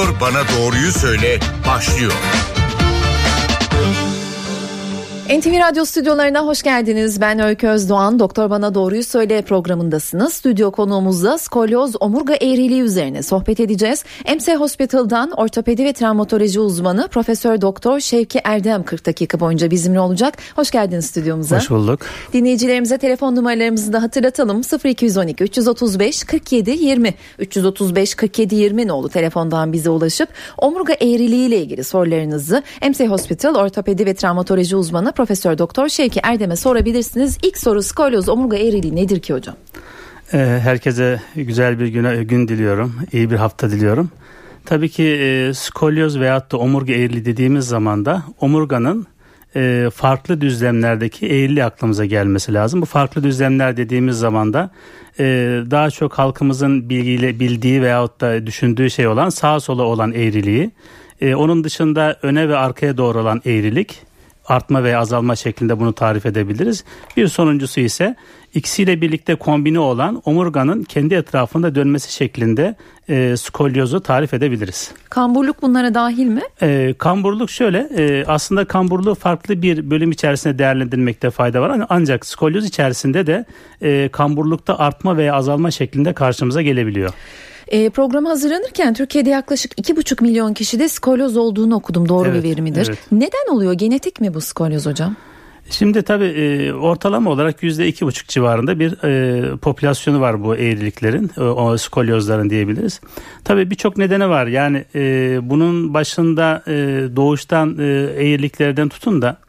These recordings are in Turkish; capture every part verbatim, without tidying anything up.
Doktor Bana Doğruyu Söyle başlıyor. N T V Radyo stüdyolarına hoş geldiniz. Ben Öykü Özdoğan. Doktor Bana Doğruyu Söyle programındasınız. Stüdyo konuğumuzla skolyoz omurga eğriliği üzerine sohbet edeceğiz. M S Hospital'dan ortopedi ve travmatoloji uzmanı Profesör Doktor Şevki Erdem kırk dakika boyunca bizimle olacak. Hoş geldiniz stüdyomuza. Hoş bulduk. Dinleyicilerimize telefon numaralarımızı da hatırlatalım. sıfır iki on iki üç otuz beş kırk yedi yirmi üç otuz beş kırk yedi yirmi nolu telefondan bize ulaşıp omurga eğriliği ile ilgili sorularınızı M S Hospital ortopedi ve travmatoloji uzmanı Profesör Doktor Şevki Erdem'e sorabilirsiniz. İlk soru, skolyoz omurga eğriliği nedir ki hocam? Herkese güzel bir gün, gün diliyorum. İyi bir hafta diliyorum. Tabii ki e, skolyoz veyahut da omurga eğriliği dediğimiz zaman da omurganın e, farklı düzlemlerdeki eğriliği aklımıza gelmesi lazım. Bu farklı düzlemler dediğimiz zaman da e, daha çok halkımızın bilgiyle bildiği veyahut da düşündüğü şey olan sağa sola olan eğriliği. E, onun dışında öne ve arkaya doğru olan eğrilik, artma veya azalma şeklinde bunu tarif edebiliriz. Bir sonuncusu ise ikisiyle birlikte kombine olan omurganın kendi etrafında dönmesi şeklinde e, skolyozu tarif edebiliriz. Kamburluk bunlara dahil mi? E, kamburluk şöyle, e, aslında kamburluğu farklı bir bölüm içerisinde değerlendirmekte fayda var. Ancak skolyoz içerisinde de e, kamburlukta artma veya azalma şeklinde karşımıza gelebiliyor. E, programa hazırlanırken Türkiye'de yaklaşık iki buçuk milyon kişide skolyoz olduğunu okudum. Doğru evet, bir veri midir? Evet. Neden oluyor? Genetik mi bu skolyoz hocam? Şimdi tabii e, ortalama olarak yüzde iki buçuk civarında bir e, popülasyonu var bu eğriliklerin, o, o skolyozların diyebiliriz. Tabii birçok nedeni var. Yani e, bunun başında e, doğuştan e, eğriliklerden tutun da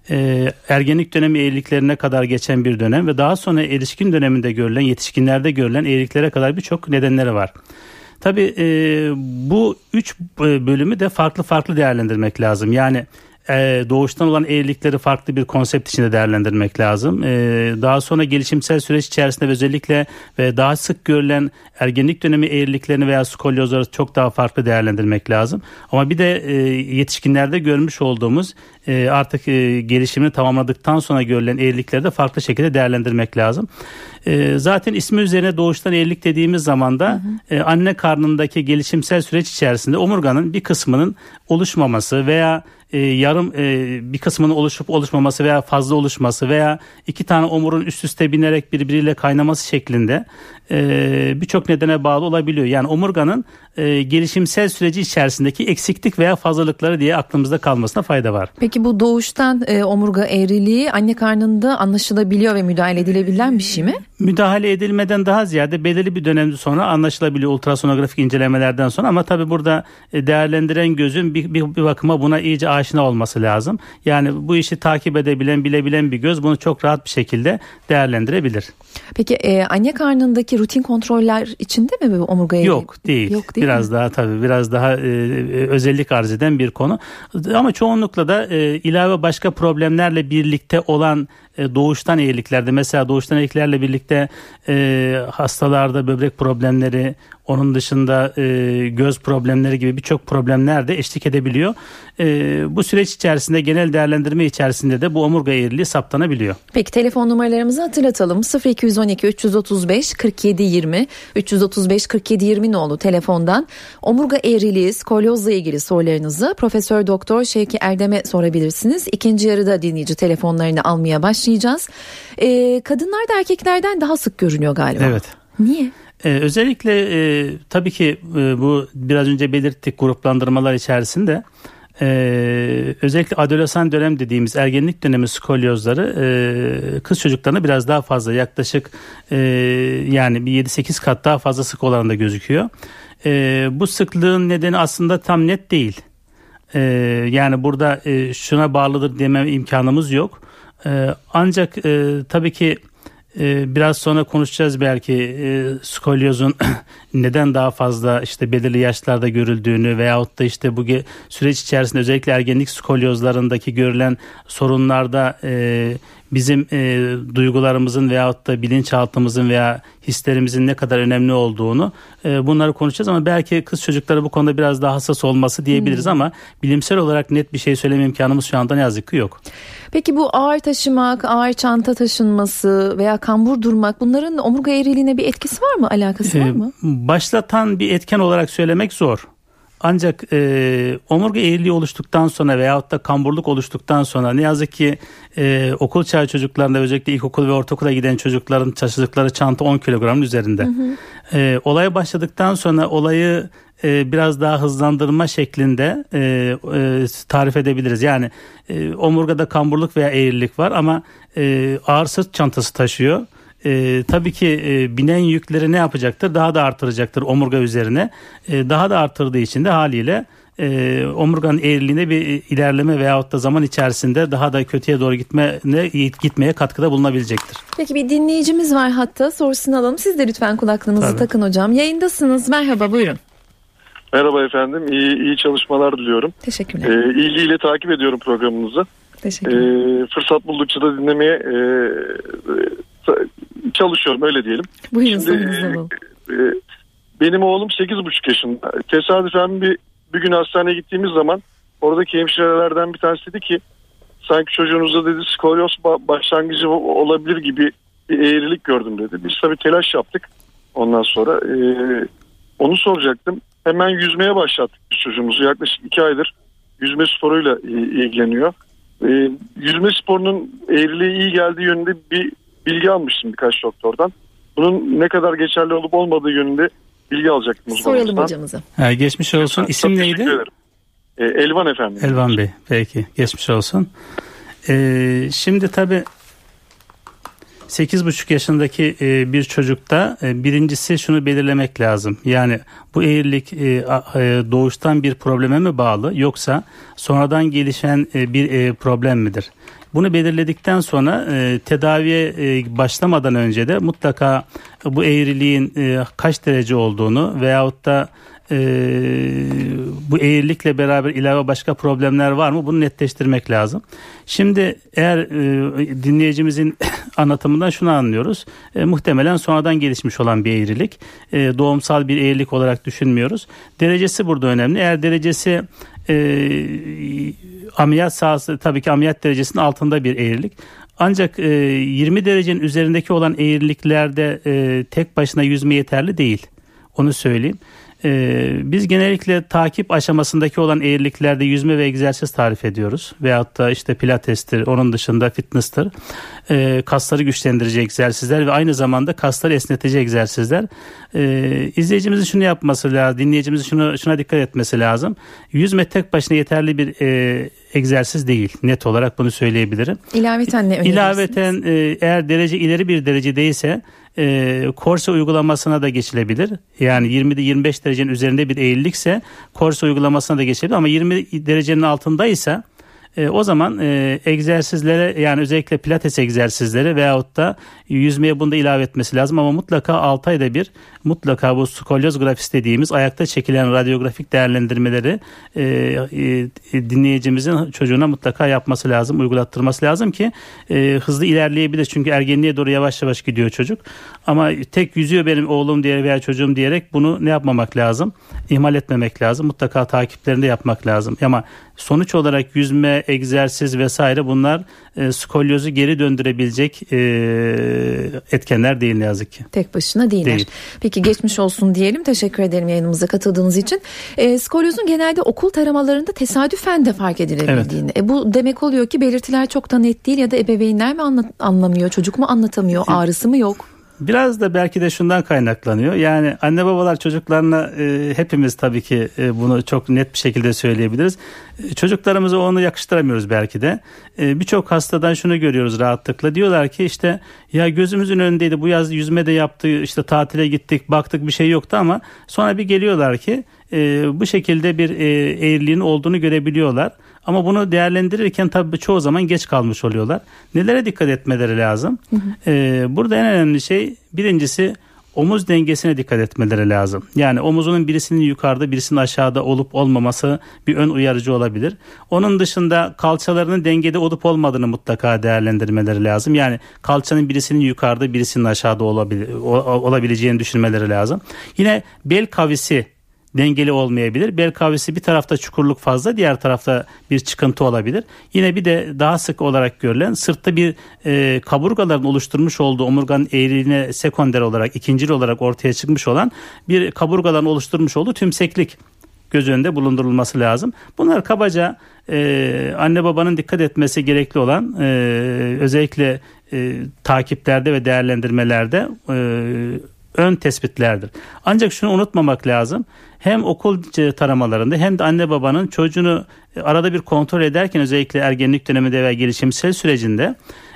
E, ergenlik dönemi eğriliklerine kadar geçen bir dönem ve daha sonra erişkin döneminde görülen, yetişkinlerde görülen eğriliklere kadar birçok nedenleri var. Tabii e, bu üç bölümü de farklı farklı değerlendirmek lazım. Yani e, doğuştan olan eğrilikleri farklı bir konsept içinde değerlendirmek lazım. E, daha sonra gelişimsel süreç içerisinde ve özellikle ve daha sık görülen ergenlik dönemi eğriliklerini veya skolyozları çok daha farklı değerlendirmek lazım. Ama bir de e, yetişkinlerde görmüş olduğumuz e, artık e, gelişimini tamamladıktan sonra görülen eğrilikleri de farklı şekilde değerlendirmek lazım. E, zaten ismi üzerine doğuştan eğrilik dediğimiz zaman da hı hı. E, anne karnındaki gelişimsel süreç içerisinde omurganın bir kısmının oluşmaması veya e, yarım e, bir kısmının oluşup oluşmaması veya fazla oluşması veya iki tane omurun üst üste binerek birbiriyle kaynaması şeklinde e, birçok nedene bağlı olabiliyor. Yani omurganın e, gelişimsel süreci içerisindeki eksiklik veya fazlalıkları diye aklımızda kalmasına fayda var. Peki bu doğuştan e, omurga eğriliği anne karnında anlaşılabiliyor ve müdahale edilebilen bir şey mi? Müdahale edilmeden daha ziyade belirli bir dönem sonra anlaşılabiliyor ultrasonografik incelemelerden sonra, ama tabii burada değerlendiren gözün bir, bir, bir bakıma buna iyice aşina olması lazım. Yani bu işi takip edebilen, bilebilen bir göz bunu çok rahat bir şekilde değerlendirebilir. Peki e, anne karnındaki rutin kontroller içinde mi bu omurga eğriliği? Yok değil. Yok, değil biraz mi? daha tabii biraz daha e, özellik arz eden bir konu. Ama çoğunlukla da e, ilave başka problemlerle birlikte olan e, doğuştan eğriliklerde, mesela doğuştan eğriliklerle birlikte e, hastalarda böbrek problemleri, onun dışında e, göz problemleri gibi birçok problemler de eşlik edebiliyor. E, bu süreç içerisinde genel değerlendirme içerisinde de bu omurga eğriliği saptanabiliyor. Peki telefon numaralarımızı hatırlatalım. sıfır iki on iki üç otuz beş kırk yedi yirmi üç otuz beş kırk yedi yirmi nolu telefondan omurga eğriliği, skolyozla ilgili sorularınızı Profesör Doktor Şevki Erdem'e sorabilirsiniz. İkinci yarıda dinleyici telefonlarını almaya başlayacağız. E, kadınlar da erkeklerden daha sık görünüyor galiba. Evet. Niye? Ee, özellikle e, tabii ki e, bu biraz önce belirttik gruplandırmalar içerisinde e, özellikle adolesan dönem dediğimiz ergenlik dönemi skolyozları e, kız çocuklarına biraz daha fazla, yaklaşık e, yani bir yedi sekiz kat daha fazla sık olan da gözüküyor. E, bu sıklığın nedeni aslında tam net değil. E, yani burada e, şuna bağlıdır deme imkanımız yok. E, ancak e, tabii ki biraz sonra konuşacağız belki e, skolyozun neden daha fazla işte belirli yaşlarda görüldüğünü veyahut da işte bu süreç içerisinde özellikle ergenlik skolyozlarındaki görülen sorunlarda e, bizim e, duygularımızın veyahut da bilinçaltımızın veya hislerimizin ne kadar önemli olduğunu e, bunları konuşacağız, ama belki kız çocukları bu konuda biraz daha hassas olması diyebiliriz hmm. ama bilimsel olarak net bir şey söyleme imkanımız şu anda ne yazık ki yok. Peki bu ağır taşımak, ağır çanta taşınması veya kambur durmak, bunların omurga eğriliğine bir etkisi var mı, alakası var mı? Ee, başlatan bir etken olarak söylemek zor. Ancak e, omurga eğriliği oluştuktan sonra veyahut da kamburluk oluştuktan sonra ne yazık ki e, okul çağı çocuklarında, özellikle ilkokul ve ortaokula giden çocukların taşıdıkları çanta on kilogramın üzerinde. Hı hı. E, olaya başladıktan sonra olayı e, biraz daha hızlandırma şeklinde e, e, tarif edebiliriz. Yani e, omurgada kamburluk veya eğrilik var ama e, ağır sırt çantası taşıyor. Ee, tabii ki e, binen yükleri ne yapacaktır? Daha da artıracaktır omurga üzerine. Ee, daha da artırdığı için de haliyle e, omurganın eğriliğinde bir ilerleme veyahut da zaman içerisinde daha da kötüye doğru gitmeye, gitmeye katkıda bulunabilecektir. Peki bir dinleyicimiz var hatta, sorusunu alalım. Siz de lütfen kulaklığınızı tabii takın hocam. Yayındasınız. Merhaba, buyurun. Merhaba efendim. İyi, iyi çalışmalar diliyorum. Teşekkürler. Ee, ilgiyle takip ediyorum programınızı. Teşekkürler. Ee, fırsat buldukça da dinlemeye e, çalışıyorum, öyle diyelim. Buyurun. Şimdi, e, e, benim oğlum sekiz buçuk yaşında. Tesadüfen bir, bir gün hastaneye gittiğimiz zaman oradaki hemşirelerden bir tanesi dedi ki sanki çocuğunuzda dedi skolyoz başlangıcı olabilir gibi bir eğrilik gördüm dedi. Biz tabii telaş yaptık. Ondan sonra e, onu soracaktım. Hemen yüzmeye başlattık biz çocuğumuzu. Yaklaşık iki aydır yüzme sporuyla ilgileniyor. E, yüzme sporunun eğriliğe iyi geldiği yönünde bir bilgi almıştım birkaç doktordan. Bunun ne kadar geçerli olup olmadığı yönünde bilgi alacaktım uzmanımızdan. Soralım hocamıza. Ha, geçmiş olsun. İsim Çok neydi? E, Elvan efendim. Elvan Bey. Peki. Geçmiş olsun. Ee, şimdi tabii sekiz buçuk yaşındaki e, bir çocukta e, birincisi şunu belirlemek lazım. Yani bu eğrilik e, e, doğuştan bir probleme mi bağlı, yoksa sonradan gelişen e, bir e, problem midir? Bunu belirledikten sonra e, tedaviye e, başlamadan önce de mutlaka bu eğriliğin e, kaç derece olduğunu veyahut da e, bu eğrilikle beraber ilave başka problemler var mı, bunu netleştirmek lazım. Şimdi eğer e, dinleyicimizin anlatımından şunu anlıyoruz. E, muhtemelen sonradan gelişmiş olan bir eğrilik. E, doğumsal bir eğrilik olarak düşünmüyoruz. Derecesi burada önemli. Eğer derecesi e, ameliyat sahası, tabii ki ameliyat derecesinin altında bir eğrilik. Ancak e, yirmi derecenin üzerindeki olan eğriliklerde e, tek başına yüzme yeterli değil. Onu söyleyeyim. Ee, biz genellikle takip aşamasındaki olan eğriliklerde yüzme ve egzersiz tarif ediyoruz. Veyahut da işte pilatestir, onun dışında fitness'tır. Ee, kasları güçlendirici egzersizler ve aynı zamanda kasları esnetici egzersizler. Ee, izleyicimizin şunu yapması lazım, dinleyicimizin şunu, şuna dikkat etmesi lazım. Yüzme tek başına yeterli bir e, egzersiz değil. Net olarak bunu söyleyebilirim. İlaveten ne önerirsiniz? İlaveten e, eğer derece ileri bir derece değilse e, korse uygulamasına da geçilebilir. Yani yirmi yirmi beş derecenin üzerinde bir eğrilikse korse uygulamasına da geçilebilir. Ama yirmi derecenin altındaysa E, o zaman e, egzersizlere, yani özellikle pilates egzersizleri veyahut da yüzmeye bunu da ilave etmesi lazım. Ama mutlaka altı ayda bir mutlaka bu skolyoz grafisi dediğimiz ayakta çekilen radyografik değerlendirmeleri e, e, dinleyicimizin çocuğuna mutlaka yapması lazım, uygulattırması lazım ki e, hızlı ilerleyebilir. Çünkü ergenliğe doğru yavaş yavaş gidiyor çocuk. Ama tek yüzüyor benim oğlum diye veya çocuğum diyerek bunu ne yapmamak lazım? İhmal etmemek lazım. Mutlaka takiplerini de yapmak lazım. Ama sonuç olarak yüzme, egzersiz vesaire bunlar e, skolyozu geri döndürebilecek e, etkenler değil ne yazık ki. Tek başına değiller. Değil. Peki geçmiş olsun diyelim. Teşekkür ederim yayınımıza katıldığınız için. E, skolyozun genelde okul taramalarında tesadüfen de fark edilebildiğini. Evet. E, bu demek oluyor ki belirtiler çok da net değil ya da ebeveynler mi anla- anlamıyor, çocuk mu anlatamıyor, ağrısı mı yok? Biraz da belki de şundan kaynaklanıyor. Yani anne babalar çocuklarına e, hepimiz tabii ki e, bunu çok net bir şekilde söyleyebiliriz. E, çocuklarımıza onu yakıştıramıyoruz belki de. E, birçok hastadan şunu görüyoruz rahatlıkla. Diyorlar ki işte ya gözümüzün önündeydi, bu yaz yüzme de yaptı, işte tatile gittik, baktık bir şey yoktu, ama sonra bir geliyorlar ki e, bu şekilde bir e, eğriliğin olduğunu görebiliyorlar. Ama bunu değerlendirirken tabii çoğu zaman geç kalmış oluyorlar. Nelere dikkat etmeleri lazım? Hı hı. Ee, burada en önemli şey, birincisi omuz dengesine dikkat etmeleri lazım. Yani omuzunun birisinin yukarıda birisinin aşağıda olup olmaması bir ön uyarıcı olabilir. Onun dışında kalçalarının dengede olup olmadığını mutlaka değerlendirmeleri lazım. Yani kalçanın birisinin yukarıda birisinin aşağıda olabile- olabileceğini düşünmeleri lazım. Yine bel kavisi dengeli olmayabilir. Bel kavisi bir tarafta çukurluk fazla, diğer tarafta bir çıkıntı olabilir. Yine bir de daha sık olarak görülen sırtta bir e, kaburgaların oluşturmuş olduğu omurganın eğriliğine sekonder olarak, ikincil olarak ortaya çıkmış olan bir kaburgaların oluşturmuş olduğu tümseklik göz önünde bulundurulması lazım. Bunlar kabaca e, anne babanın dikkat etmesi gerekli olan e, özellikle e, takiplerde ve değerlendirmelerde e, ön tespitlerdir. Ancak şunu unutmamak lazım. Hem okul taramalarında hem de anne babanın çocuğunu arada bir kontrol ederken, özellikle ergenlik döneminde veya gelişimsel sürecinde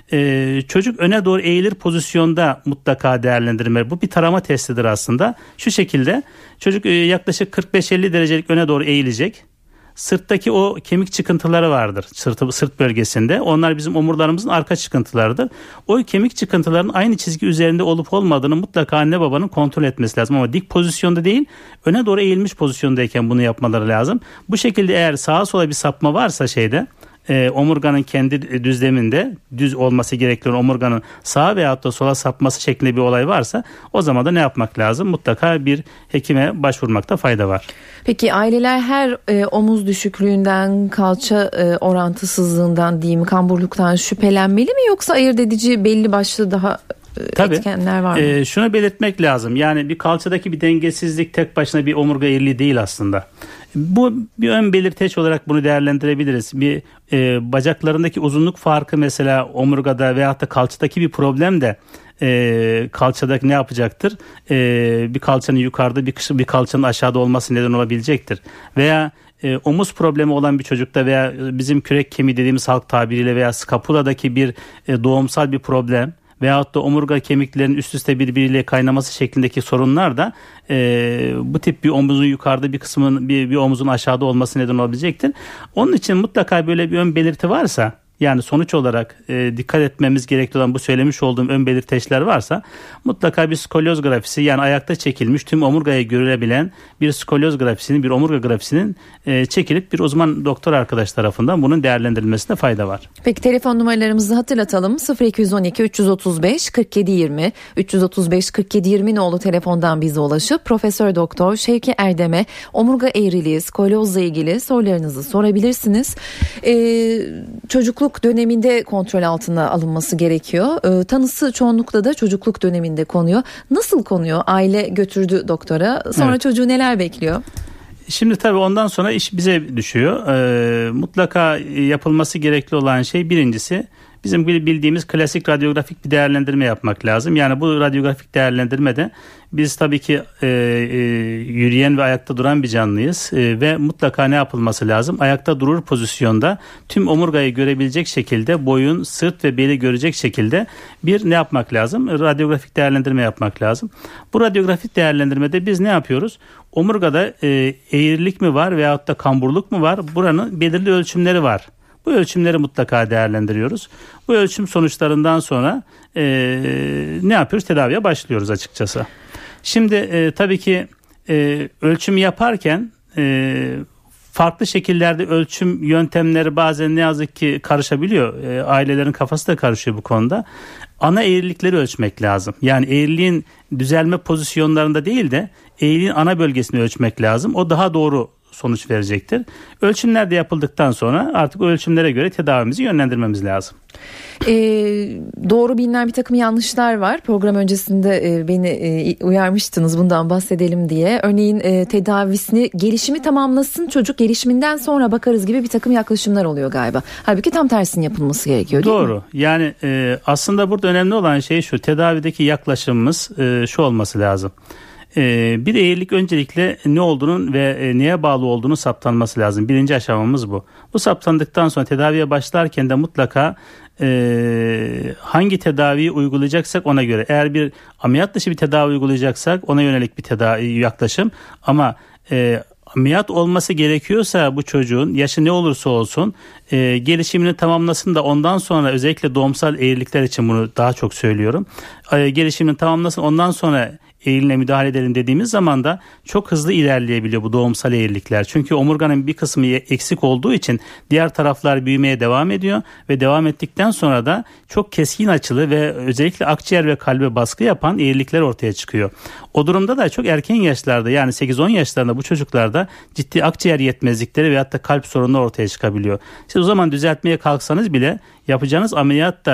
Ee, çocuk öne doğru eğilir pozisyonda mutlaka değerlendirme. Bu bir tarama testidir aslında. Şu şekilde çocuk e, yaklaşık kırk beş elli derecelik öne doğru eğilecek. Sırttaki o kemik çıkıntıları vardır sırt, sırt bölgesinde. Onlar bizim omurlarımızın arka çıkıntılarıdır. O kemik çıkıntılarının aynı çizgi üzerinde olup olmadığını mutlaka anne babanın kontrol etmesi lazım. Ama dik pozisyonda değil, öne doğru eğilmiş pozisyondayken bunu yapmaları lazım. Bu şekilde eğer sağa sola bir sapma varsa şeyde, E, omurganın kendi düzleminde düz olması gereken omurganın sağa veyahut da sola sapması şeklinde bir olay varsa, o zaman da ne yapmak lazım? Mutlaka bir hekime başvurmakta fayda var. Peki aileler her e, omuz düşüklüğünden, kalça e, orantısızlığından diyeyim, kamburluktan şüphelenmeli mi, yoksa ayırt edici belli başlı daha Tabii, etkenler var mı? E, şunu belirtmek lazım. Yani bir kalçadaki bir dengesizlik tek başına bir omurga eğriliği değil aslında. Bu bir ön belirteç olarak bunu değerlendirebiliriz. Bir e, bacaklarındaki uzunluk farkı mesela omurgada veyahut da kalçadaki bir problem de e, kalçadaki ne yapacaktır? E, bir kalçanın yukarıda bir, bir kalçanın aşağıda olması neden olabilecektir. Veya e, omuz problemi olan bir çocukta veya bizim kürek kemiği dediğimiz halk tabiriyle veya skapuladaki bir e, doğumsal bir problem veyahut da omurga kemiklerinin üst üste birbiriyle kaynaması şeklindeki sorunlar da e, bu tip bir omuzun yukarıda bir kısmının bir, bir omuzun aşağıda olması neden olabilecektir. Onun için mutlaka böyle bir ön belirti varsa, yani sonuç olarak e, dikkat etmemiz gerekli olan bu söylemiş olduğum ön belirteçler varsa, mutlaka bir skolyoz grafisi, yani ayakta çekilmiş tüm omurgaya görülebilen bir skolyoz grafisinin, bir omurga grafisinin e, çekilip bir uzman doktor arkadaş tarafından bunun değerlendirilmesine fayda var. Peki telefon numaralarımızı hatırlatalım. sıfır iki on iki üç otuz beş kırk yedi yirmi üç otuz beş kırk yedi yirmi nolu telefondan bize ulaşıp Profesör Doktor Şevki Erdem'e omurga eğriliği, skolyozla ilgili sorularınızı sorabilirsiniz. Ee, çocukluk döneminde kontrol altına alınması gerekiyor. E, tanısı çoğunlukla da çocukluk döneminde konuyor. Nasıl konuyor? Aile götürdü doktora. Sonra evet. Çocuğu neler bekliyor? Şimdi tabii ondan sonra iş bize düşüyor. E, mutlaka yapılması gerekli olan şey, birincisi bizim bildiğimiz klasik radyografik bir değerlendirme yapmak lazım. Yani bu radyografik değerlendirmede biz tabii ki e, e, yürüyen ve ayakta duran bir canlıyız e, ve mutlaka ne yapılması lazım? Ayakta durur pozisyonda tüm omurgayı görebilecek şekilde, boyun, sırt ve beli görecek şekilde bir ne yapmak lazım? Radyografik değerlendirme yapmak lazım. Bu radyografik değerlendirmede biz ne yapıyoruz? Omurgada e, eğrilik mi var veyahut da kamburluk mu var? Buranın belirli ölçümleri var. Bu ölçümleri mutlaka değerlendiriyoruz. Bu ölçüm sonuçlarından sonra e, ne yapıyoruz? Tedaviye başlıyoruz açıkçası. Şimdi e, tabii ki e, ölçüm yaparken e, farklı şekillerde ölçüm yöntemleri bazen ne yazık ki karışabiliyor. E, ailelerin kafası da karışıyor bu konuda. Ana eğrilikleri ölçmek lazım. Yani eğriliğin düzelme pozisyonlarında değil de eğriliğin ana bölgesini ölçmek lazım. O daha doğru sonuç verecektir. Ölçümler de yapıldıktan sonra artık o ölçümlere göre tedavimizi yönlendirmemiz lazım. Ee, doğru bilinen bir takım yanlışlar var. Program öncesinde e, beni e, uyarmıştınız bundan bahsedelim diye. Örneğin e, tedavisini, gelişimi tamamlasın çocuk, gelişiminden sonra bakarız gibi bir takım yaklaşımlar oluyor galiba. Halbuki tam tersinin yapılması gerekiyor, değil Doğru. mi? Yani e, aslında burada önemli olan şey şu: tedavideki yaklaşımımız e, şu olması lazım. Bir eğrilik öncelikle ne olduğunun ve neye bağlı olduğunu saptanması lazım. Birinci aşamamız bu. Bu saptandıktan sonra tedaviye başlarken de mutlaka e, hangi tedaviyi uygulayacaksak ona göre. Eğer bir ameliyat dışı bir tedavi uygulayacaksak ona yönelik bir tedavi yaklaşım. Ama e, ameliyat olması gerekiyorsa bu çocuğun yaşı ne olursa olsun e, gelişimini tamamlasın da ondan sonra, özellikle doğumsal eğrilikler için bunu daha çok söylüyorum. E, gelişimini tamamlasın, ondan sonra eğiline müdahale edelim dediğimiz zaman da çok hızlı ilerleyebiliyor bu doğumsal eğrilikler. Çünkü omurganın bir kısmı eksik olduğu için diğer taraflar büyümeye devam ediyor ve devam ettikten sonra da çok keskin açılı ve özellikle akciğer ve kalbe baskı yapan eğrilikler ortaya çıkıyor. O durumda da çok erken yaşlarda, yani sekiz on yaşlarında bu çocuklarda ciddi akciğer yetmezlikleri veyahut da kalp sorunları ortaya çıkabiliyor. Siz o zaman düzeltmeye kalksanız bile yapacağınız ameliyat da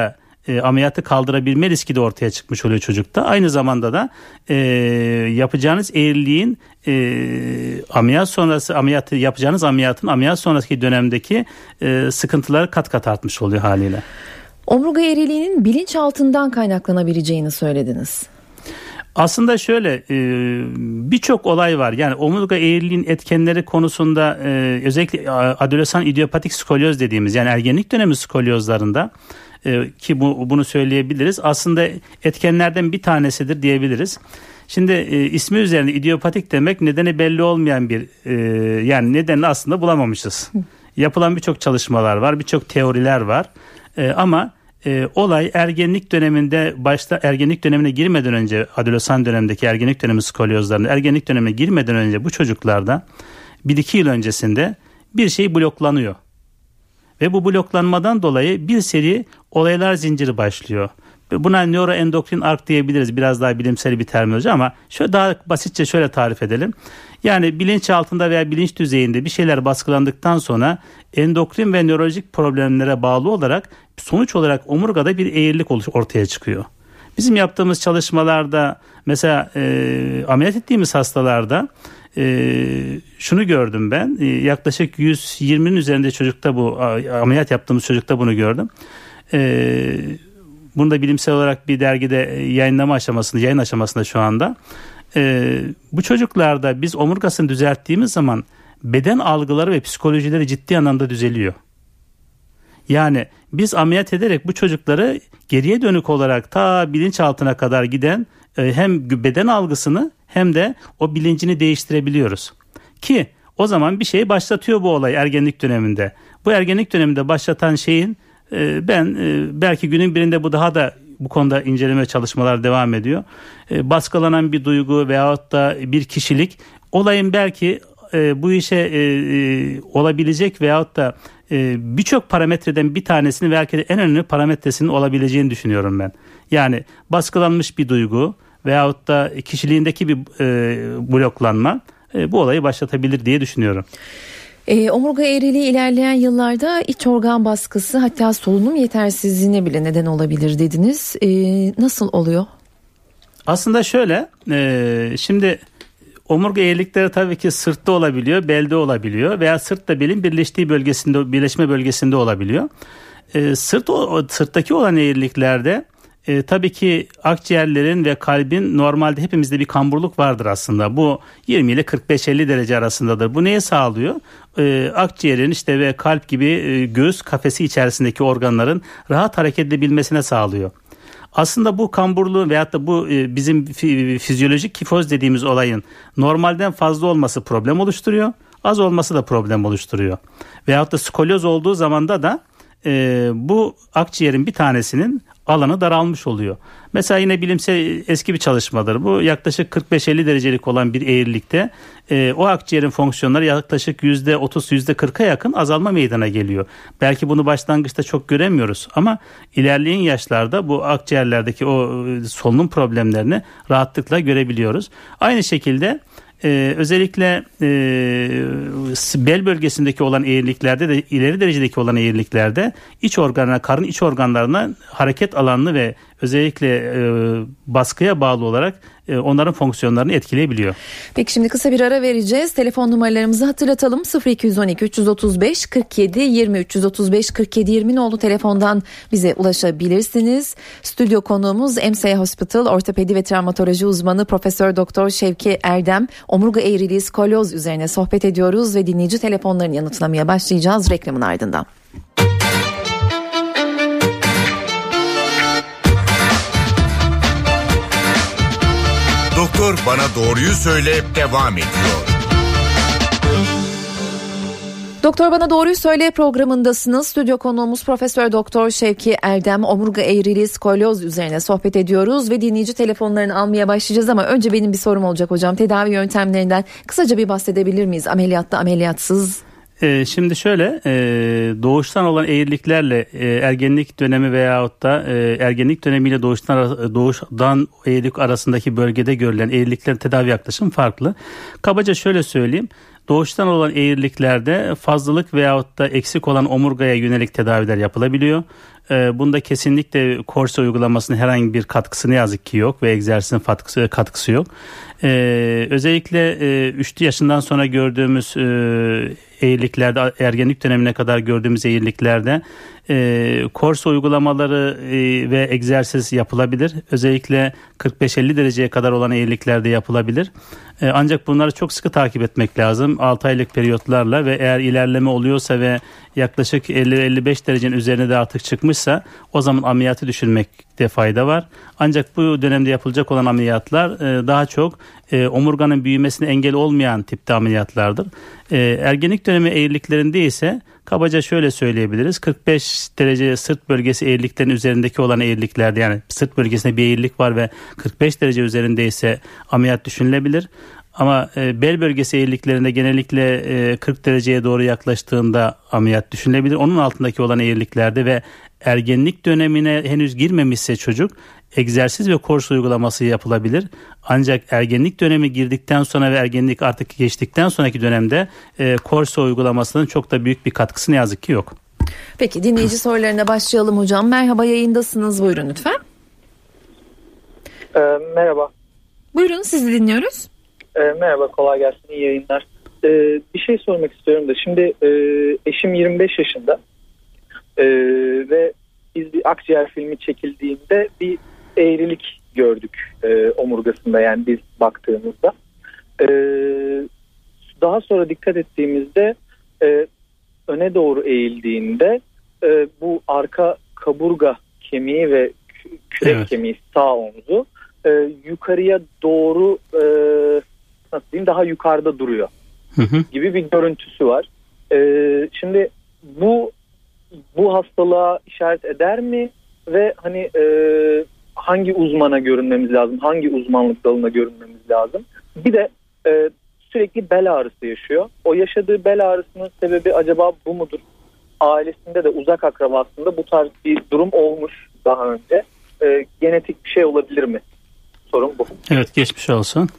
e, ameliyatı kaldırabilme riski de ortaya çıkmış oluyor çocukta. Aynı zamanda da e, yapacağınız eğriliğin e, ameliyat sonrası ameliyatı yapacağınız ameliyatın ameliyat sonraki dönemdeki e, sıkıntıları kat kat artmış oluyor haliyle. Omurga eğriliğinin bilinçaltından kaynaklanabileceğini söylediniz. Aslında şöyle birçok olay var. Yani omurga eğriliğin etkenleri konusunda özellikle adolesan idiopatik skolyoz dediğimiz yani ergenlik dönemi skolyozlarında ki bu, bunu söyleyebiliriz. Aslında etkenlerden bir tanesidir diyebiliriz. Şimdi ismi üzerinde idiopatik demek nedeni belli olmayan bir yani nedenini aslında bulamamışız. Yapılan birçok çalışmalar var, birçok teoriler var ama E, olay ergenlik döneminde başta ergenlik dönemine girmeden önce adolesan dönemdeki ergenlik dönemi skolyozlarında ergenlik dönemine girmeden önce bu çocuklarda bir iki yıl öncesinde bir şey bloklanıyor. Ve bu bloklanmadan dolayı bir seri olaylar zinciri başlıyor. Buna nöroendokrin ark diyebiliriz. Biraz daha bilimsel bir terminoloji ama şöyle daha basitçe şöyle tarif edelim. Yani bilinç altında veya bilinç düzeyinde bir şeyler baskılandıktan sonra endokrin ve nörolojik problemlere bağlı olarak sonuç olarak omurgada bir eğrilik ortaya çıkıyor. Bizim yaptığımız çalışmalarda mesela e, ameliyat ettiğimiz hastalarda e, şunu gördüm ben. E, yaklaşık yüz yirminin üzerinde çocukta bu ameliyat yaptığımız çocukta bunu gördüm. E, bunu da bilimsel olarak bir dergide yayınlama aşamasında, yayın aşamasında şu anda. Ee, bu çocuklarda biz omurgasını düzelttiğimiz zaman beden algıları ve psikolojileri ciddi anlamda düzeliyor. Yani biz ameliyat ederek bu çocukları geriye dönük olarak ta bilinçaltına kadar giden e, hem beden algısını hem de o bilincini değiştirebiliyoruz. Ki o zaman bir şey başlatıyor bu olay ergenlik döneminde. Bu ergenlik döneminde başlatan şeyin e, ben e, belki günün birinde bu daha da bu konuda inceleme çalışmalar devam ediyor. E, baskılanan bir duygu veyahut da bir kişilik olayın belki e, bu işe e, e, olabilecek veyahut da e, birçok parametreden bir tanesini belki de en önemli parametresinin olabileceğini düşünüyorum ben. Yani baskılanmış bir duygu veyahut da kişiliğindeki bir e, bloklanma e, bu olayı başlatabilir diye düşünüyorum. E, omurga eğriliği ilerleyen yıllarda iç organ baskısı hatta solunum yetersizliğine bile neden olabilir dediniz. E, nasıl oluyor? Aslında şöyle e, şimdi omurga eğrilikleri tabii ki sırtta olabiliyor, belde olabiliyor veya sırtla belin birleştiği bölgesinde birleşme bölgesinde olabiliyor. E, sırt o, sırttaki olan eğriliklerde E, tabii ki akciğerlerin ve kalbin normalde hepimizde bir kamburluk vardır aslında. Bu yirmi ile kırk beş elli derece arasındadır. Bu neye sağlıyor? E, akciğerin işte ve kalp gibi e, göğüs kafesi içerisindeki organların rahat hareket edebilmesine sağlıyor. Aslında bu kamburluğun veyahut da bu e, bizim fi, fizyolojik kifoz dediğimiz olayın normalden fazla olması problem oluşturuyor. Az olması da problem oluşturuyor. Veyahut da skolyoz olduğu zamanda da e, bu akciğerin bir tanesinin alanı daralmış oluyor. Mesela yine bilimsel eski bir çalışmadır. Bu yaklaşık kırk beş elli derecelik olan bir eğrilikte e, o akciğerin fonksiyonları yaklaşık yüzde otuz yüzde kırka yakın azalma meydana geliyor. Belki bunu başlangıçta çok göremiyoruz ama ilerleyen yaşlarda bu akciğerlerdeki o solunum problemlerini rahatlıkla görebiliyoruz. Aynı şekilde Ee, özellikle e, bel bölgesindeki olan eğriliklerde de ileri derecedeki olan eğriliklerde iç organına, karın iç organlarına hareket alanını ve özellikle e, baskıya bağlı olarak e, onların fonksiyonlarını etkileyebiliyor. Peki şimdi kısa bir ara vereceğiz. Telefon numaralarımızı hatırlatalım. sıfır iki on iki üç otuz beş kırk yedi yirmi üç otuz beş kırk yedi yirmi nolu telefondan bize ulaşabilirsiniz. Stüdyo konuğumuz M S Hospital ortopedi ve travmatoloji uzmanı Profesör Doktor Şevki Erdem. Omurga eğriliği skolyoz üzerine sohbet ediyoruz ve dinleyici telefonlarını yanıtlamaya başlayacağız reklamın ardından. Doktor Bana Doğruyu Söyle devam ediyor. Doktor Bana Doğruyu Söyle programındasınız. Stüdyo konuğumuz Profesör Doktor Şevki Erdem. Omurga eğriliği skolyoz üzerine sohbet ediyoruz ve dinleyici telefonlarını almaya başlayacağız ama önce benim bir sorum olacak hocam. Tedavi yöntemlerinden kısaca bir bahsedebilir miyiz? Ameliyatta, ameliyatsız. Ee, şimdi şöyle e, doğuştan olan eğriliklerle e, ergenlik dönemi veyahut da e, ergenlik dönemiyle doğuştan doğuştan eğrilik arasındaki bölgede görülen eğriliklerin tedavi yaklaşımı farklı. Kabaca şöyle söyleyeyim. Doğuştan olan eğriliklerde fazlalık veyahut da eksik olan omurgaya yönelik tedaviler yapılabiliyor. E, bunda kesinlikle korse uygulamasının herhangi bir katkısı ne yazık ki yok ve egzersizin katkısı, katkısı yok. E, özellikle e, üç yaşından sonra gördüğümüz e, eğriliklerde, ergenlik dönemine kadar gördüğümüz eğriliklerde e, korse uygulamaları e, ve egzersiz yapılabilir. Özellikle kırk beş elli dereceye kadar olan eğriliklerde yapılabilir. E, ancak bunları çok sıkı takip etmek lazım. altı aylık periyotlarla ve eğer ilerleme oluyorsa ve yaklaşık elli elli beş derecenin üzerine de artık çıkmışsa o zaman ameliyatı düşünmekte fayda var. Ancak bu dönemde yapılacak olan ameliyatlar e, daha çok e, omurganın büyümesine engel olmayan tipte ameliyatlardır. E, ergenlik dönemi eğriliklerinde ise kabaca şöyle söyleyebiliriz. kırk beş derece sırt bölgesi eğriliklerin üzerindeki olan eğriliklerde, yani sırt bölgesinde bir eğrilik var ve kırk beş derece üzerindeyse ameliyat düşünülebilir. Ama e, bel bölgesi eğriliklerinde genellikle e, kırk dereceye doğru yaklaştığında ameliyat düşünülebilir. Onun altındaki olan eğriliklerde ve ergenlik dönemine henüz girmemişse çocuk, egzersiz ve korse uygulaması yapılabilir. Ancak ergenlik dönemi girdikten sonra ve ergenlik artık geçtikten sonraki dönemde e, korse uygulamasının çok da büyük bir katkısı ne yazık ki yok. Peki, dinleyici sorularına başlayalım hocam. Merhaba, yayındasınız. Buyurun lütfen. Ee, merhaba. Buyurun, sizi dinliyoruz. Ee, merhaba, kolay gelsin, iyi yayınlar. Ee, bir şey sormak istiyorum da şimdi e, eşim yirmi beş yaşında e, ve biz bir akciğer filmi çekildiğinde bir eğrilik gördük e, omurgasında, yani biz baktığımızda. E, daha sonra dikkat ettiğimizde e, öne doğru eğildiğinde e, bu arka kaburga kemiği ve kürek evet. kemiği, sağ omzu e, yukarıya doğru e, nasıl diyeyim, daha yukarıda duruyor hı hı. gibi bir görüntüsü var. E, şimdi bu bu hastalığa işaret eder mi ve hani e, hangi uzmana görünmemiz lazım, hangi uzmanlık dalına görünmemiz lazım? Bir de e, sürekli bel ağrısı yaşıyor. O yaşadığı bel ağrısının sebebi acaba bu mudur? Ailesinde de, uzak akrabasında bu tarz bir durum olmuş daha önce. E, genetik bir şey olabilir mi? Sorun bu. Evet, geçmiş olsun.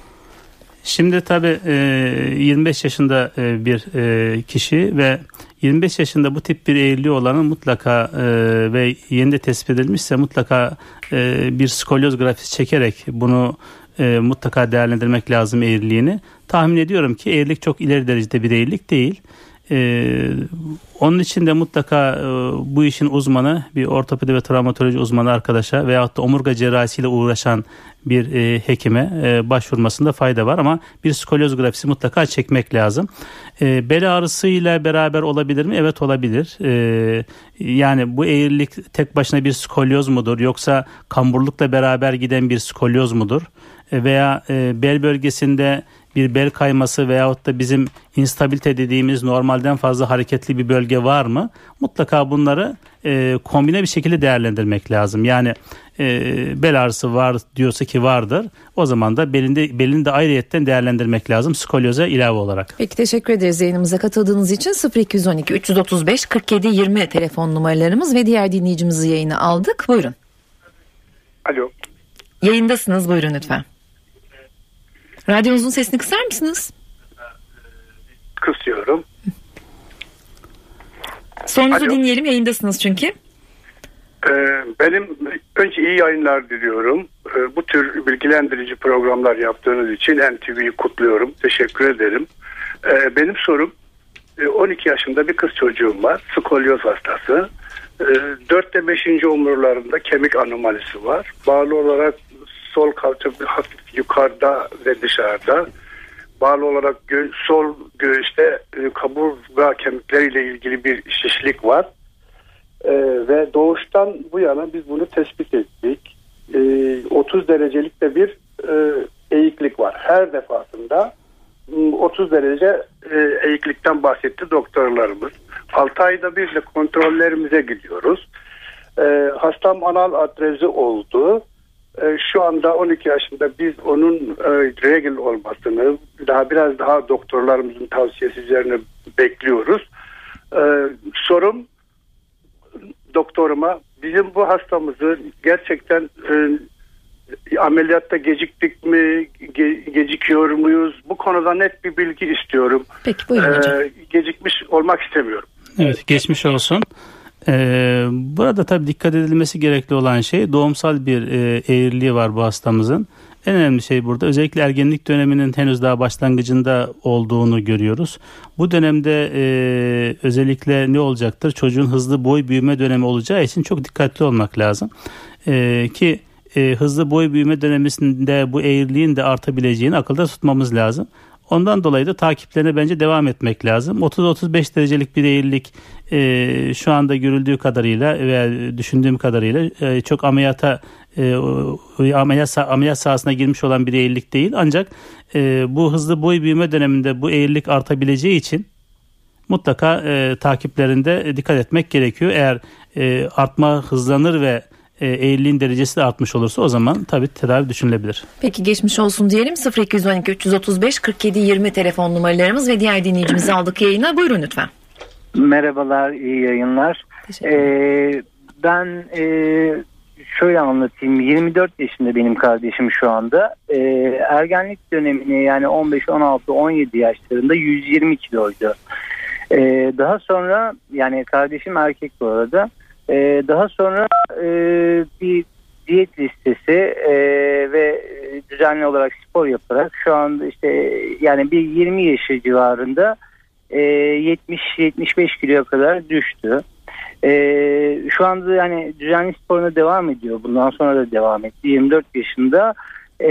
Şimdi tabii yirmi beş yaşında bir kişi ve yirmi beş yaşında bu tip bir eğriliği olanın mutlaka ve yeni de tespit edilmişse mutlaka bir skolyoz grafisi çekerek bunu mutlaka değerlendirmek lazım, eğriliğini. Tahmin ediyorum ki eğrilik çok ileri derecede bir eğrilik değil. Ee, onun için de mutlaka e, bu işin uzmanı, bir ortopedi ve travmatoloji uzmanı arkadaşa veyahut da omurga cerrahisiyle uğraşan bir e, hekime e, başvurmasında fayda var, ama bir skolyoz grafisi mutlaka çekmek lazım. E, bel ağrısıyla beraber olabilir mi? Evet, olabilir. E, yani bu eğrilik tek başına bir skolyoz mudur, yoksa kamburlukla beraber giden bir skolyoz mudur? E, veya e, bel bölgesinde bir bel kayması veyahut da bizim instabilite dediğimiz normalden fazla hareketli bir bölge var mı? Mutlaka bunları e, kombine bir şekilde değerlendirmek lazım. Yani e, bel ağrısı var diyorsa ki vardır. O zaman da belinde, belini de ayrıyetten değerlendirmek lazım skolyoza ilave olarak. Peki, teşekkür ederiz yayınımıza katıldığınız için. sıfır iki on iki üç otuz beş kırk yedi yirmi telefon numaralarımız ve diğer dinleyicimizi yayına aldık. Buyurun. Alo. Yayındasınız, buyurun lütfen. Radyonuzun sesini kısar mısınız? Kısıyorum. Sorunuzu Alo. dinleyelim, yayındasınız çünkü. Ee, benim önce iyi yayınlar diliyorum. Ee, bu tür bilgilendirici programlar yaptığınız için N T V'yi kutluyorum. Teşekkür ederim. Ee, benim sorum, on iki yaşında bir kız çocuğum var. Skolyoz hastası. Ee, dörtte beşinci omurlarında kemik anomalisi var. Bağlı olarak sol kalça hafif yukarıda ve dışarıda. Bağlı olarak gö- sol göğüste e, kaburga kemikleriyle ilgili bir şişlik var. E, ve doğuştan bu yana biz bunu tespit ettik. E, otuz derecelik de bir e, eğiklik var. Her defasında otuz derece e, eğiklikten bahsetti doktorlarımız. altı ayda bir de kontrollerimize gidiyoruz. E, hastam anal atrezi oldu. Şu anda on iki yaşında biz onun e, regl olmasını daha biraz daha doktorlarımızın tavsiyesi üzerine bekliyoruz. E, sorum doktoruma, bizim bu hastamızı gerçekten e, ameliyatta geciktik mi, ge- gecikiyor muyuz? Bu konuda net bir bilgi istiyorum. Peki, buyurun hocam. E, gecikmiş olmak istemiyorum. Evet, geçmiş olsun. Ee, burada tabii dikkat edilmesi gerekli olan şey doğumsal bir e, eğriliği var bu hastamızın. En önemli şey burada özellikle ergenlik döneminin henüz daha başlangıcında olduğunu görüyoruz. Bu dönemde e, özellikle ne olacaktır? Çocuğun hızlı boy büyüme dönemi olacağı için çok dikkatli olmak lazım. E, ki e, hızlı boy büyüme döneminde bu eğriliğin de artabileceğini akılda tutmamız lazım. Ondan dolayı da takiplerine bence devam etmek lazım. otuz otuz beş derecelik bir eğrilik e, şu anda görüldüğü kadarıyla ve düşündüğüm kadarıyla e, çok ameliyata e, ameliyat, ameliyat sahasına girmiş olan bir eğrilik değil. Ancak e, bu hızlı boy büyüme döneminde bu eğrilik artabileceği için mutlaka e, takiplerinde dikkat etmek gerekiyor. Eğer e, artma hızlanır ve eğriliğin derecesi de artmış olursa o zaman tabii tedavi düşünülebilir. Peki geçmiş olsun diyelim. sıfır iki on iki üç yüz otuz beş kırk yedi yirmi telefon numaralarımız ve diğer dinleyicimizi aldık yayına. Buyurun lütfen. Merhabalar, iyi yayınlar. Ee, ben e, şöyle anlatayım. yirmi dört yaşında benim kardeşim şu anda. Ee, ergenlik dönemini yani on beş on altı on yedi yaşlarında yüz yirmi kiloydu. Ee, daha sonra yani kardeşim erkek bu arada. Ee, daha sonra e, bir diyet listesi e, ve düzenli olarak spor yaparak şu anda işte yani bir yirmi yaşı civarında e, yetmiş yetmiş beş kiloya kadar düştü. E, şu anda yani düzenli sporuna devam ediyor. Bundan sonra da devam etti. yirmi dört yaşında. E,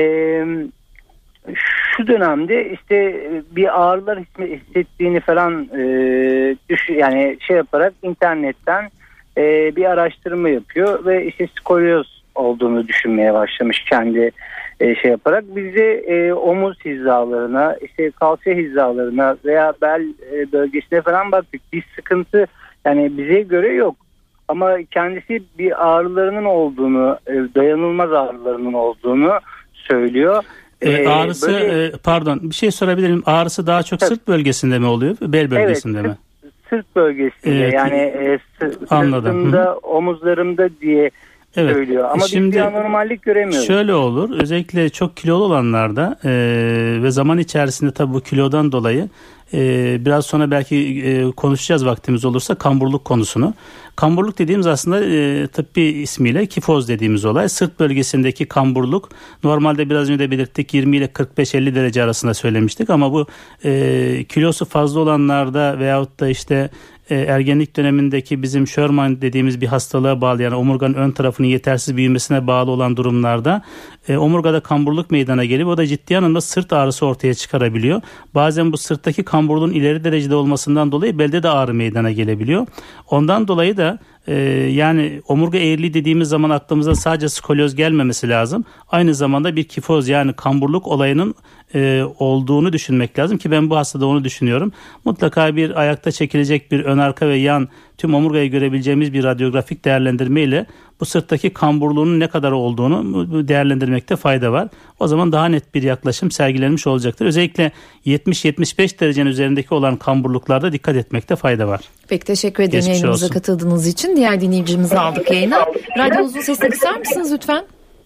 şu dönemde işte bir ağrılar hissettiğini falan e, düş yani şey yaparak internetten Ee, bir araştırma yapıyor ve işte skolyoz olduğunu düşünmeye başlamış kendi e, şey yaparak. Bize e, omuz hizalarına, işte kalça hizalarına veya bel e, bölgesine falan baktık. Bir sıkıntı yani bize göre yok. Ama kendisi bir ağrılarının olduğunu, e, dayanılmaz ağrılarının olduğunu söylüyor. Ee, ağrısı böyle, e, pardon bir şey sorabilirim. Ağrısı daha çok sırt bölgesinde mi oluyor? Bel bölgesinde evet, mi? Sırt bölgesinde evet, yani e, sırtımda, Hı. omuzlarımda diye evet. söylüyor. Ama şimdi, biz bir anormallik göremiyoruz. Şöyle olur. Özellikle çok kilolu olanlarda e, ve zaman içerisinde tabii bu kilodan dolayı e, biraz sonra belki e, konuşacağız vaktimiz olursa kamburluk konusunu. Kamburluk dediğimiz aslında e, tıbbi ismiyle kifoz dediğimiz olay. Sırt bölgesindeki kamburluk normalde biraz önce de belirttik yirmi ile kırk beş elli derece arasında söylemiştik ama bu e, kilosu fazla olanlarda veyahut da işte e, ergenlik dönemindeki bizim Sherman dediğimiz bir hastalığa bağlı yani omurganın ön tarafının yetersiz büyümesine bağlı olan durumlarda e, omurgada kamburluk meydana gelip o da ciddi anlamda sırt ağrısı ortaya çıkarabiliyor. Bazen bu sırttaki kamburluğun ileri derecede olmasından dolayı belde de ağrı meydana gelebiliyor. Ondan dolayı da Ee, yani omurga eğriliği dediğimiz zaman aklımıza sadece skolyoz gelmemesi lazım. Aynı zamanda bir kifoz yani kamburluk olayının e, olduğunu düşünmek lazım ki ben bu hastada onu düşünüyorum. Mutlaka bir ayakta çekilecek bir ön arka ve yan tüm omurgayı görebileceğimiz bir radyografik değerlendirme ile bu sırttaki kamburluğunun ne kadar olduğunu değerlendirmekte fayda var. O zaman daha net bir yaklaşım sergilenmiş olacaktır. Özellikle yetmiş yetmiş beş derecenin üzerindeki olan kamburluklarda dikkat etmekte fayda var. Peki teşekkür ederim yayınımıza katıldığınız için. Diğer dinleyicimizi aldık yayına. Radyonuzun sesini kısar mısınız lütfen?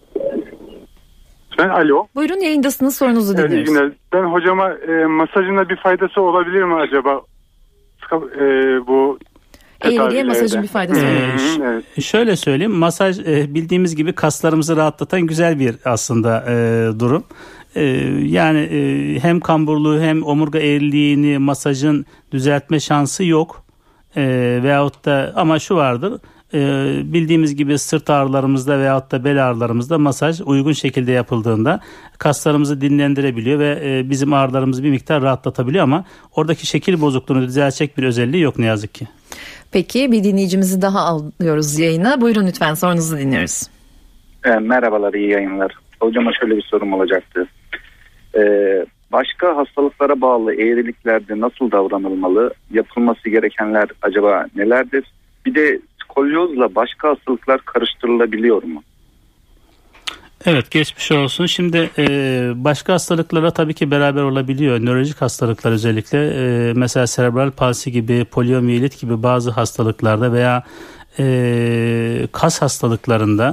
Ben alo. Buyurun yayındasınız sorunuzu dinliyoruz. Evet, ben hocama e, masajında bir faydası olabilir mi acaba? E, bu eğriliğe masajın bir faydası var. Ee, evet. Şöyle söyleyeyim, masaj e, bildiğimiz gibi kaslarımızı rahatlatan güzel bir aslında e, durum. E, yani e, hem kamburluğu hem omurga eğriliğini masajın düzeltme şansı yok. E, veyahut da ama şu vardır. E, bildiğimiz gibi sırt ağrılarımızda veyahut da bel ağrılarımızda masaj uygun şekilde yapıldığında kaslarımızı dinlendirebiliyor ve e, bizim ağrılarımızı bir miktar rahatlatabiliyor ama oradaki şekil bozukluğunu düzeltecek bir özelliği yok ne yazık ki. Peki bir dinleyicimizi daha alıyoruz yayına. Buyurun lütfen sorunuzu dinliyoruz. E, merhabalar, iyi yayınlar. Hocama şöyle bir sorum olacaktı. E, başka hastalıklara bağlı eğriliklerde nasıl davranılmalı? Yapılması gerekenler acaba nelerdir? Bir de skolyozla başka hastalıklar karıştırılabiliyor mu? Evet, geçmiş olsun. Şimdi e, başka hastalıklara tabii ki beraber olabiliyor. Nörolojik hastalıklar özellikle e, mesela serebral palsi gibi, poliomiyelit gibi bazı hastalıklarda veya e, kas hastalıklarında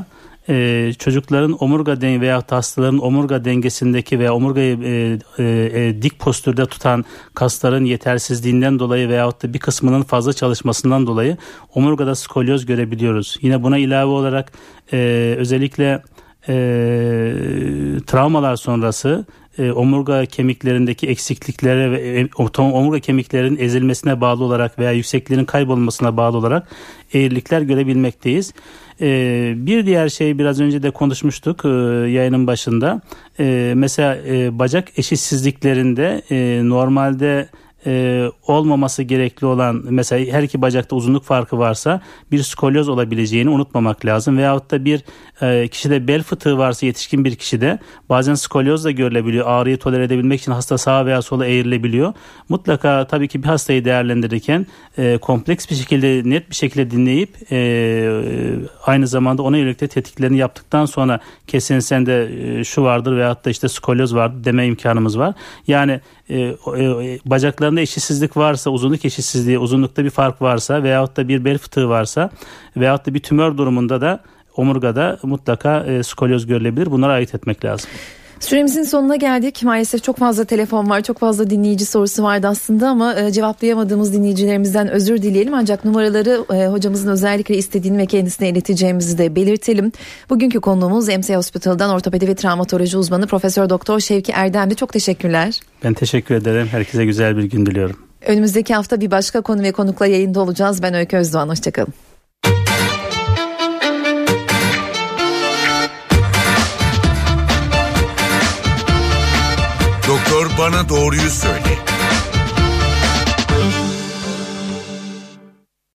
e, çocukların omurga den veya hastaların omurga dengesindeki veya omurgayı e, e, e, dik postürde tutan kasların yetersizliğinden dolayı veyahut da bir kısmının fazla çalışmasından dolayı omurgada skolyoz görebiliyoruz. Yine buna ilave olarak e, özellikle e, travmalar sonrası e, omurga kemiklerindeki eksikliklere ve e, omurga kemiklerinin ezilmesine bağlı olarak veya yüksekliğinin kaybolmasına bağlı olarak eğrilikler görebilmekteyiz. Ee, bir diğer şey biraz önce de konuşmuştuk e, yayının başında. E, mesela e, bacak eşitsizliklerinde e, normalde e, olmaması gerekli olan, mesela her iki bacakta uzunluk farkı varsa bir skolyoz olabileceğini unutmamak lazım. Veyahut da bir e, kişide bel fıtığı varsa, yetişkin bir kişide bazen skolyoz da görülebiliyor. Ağrıyı tolere edebilmek için hasta sağa veya sola eğrilebiliyor. Mutlaka tabii ki bir hastayı değerlendirirken e, kompleks bir şekilde, net bir şekilde dinleyip e, aynı zamanda ona yönelik de tetkiklerini yaptıktan sonra kesin sende e, şu vardır veyahut da işte skolyoz vardır deme imkanımız var. Yani e, e, bacaklarında eşitsizlik varsa, uzunluk eşitsizliği, uzunlukta bir fark varsa veyahut da bir bel fıtığı varsa veyahut da bir tümör durumunda da omurgada mutlaka e, skolyoz görülebilir. Bunlara ayırt etmek lazım. Süremizin sonuna geldik. Maalesef çok fazla telefon var, çok fazla dinleyici sorusu vardı aslında ama e, cevaplayamadığımız dinleyicilerimizden özür dileyelim. Ancak numaraları e, hocamızın özellikle istediğini ve kendisine ileteceğimizi de belirtelim. Bugünkü konuğumuz M S Hospital'dan ortopedi ve travmatoloji uzmanı Profesör Doktor Şevki Erdem'di. Çok teşekkürler. Ben teşekkür ederim. Herkese güzel bir gün diliyorum. Önümüzdeki hafta bir başka konu ve konukla yayında olacağız. Ben Öykü Özdoğan. Hoşçakalın. Doktor bana doğruyu söyle.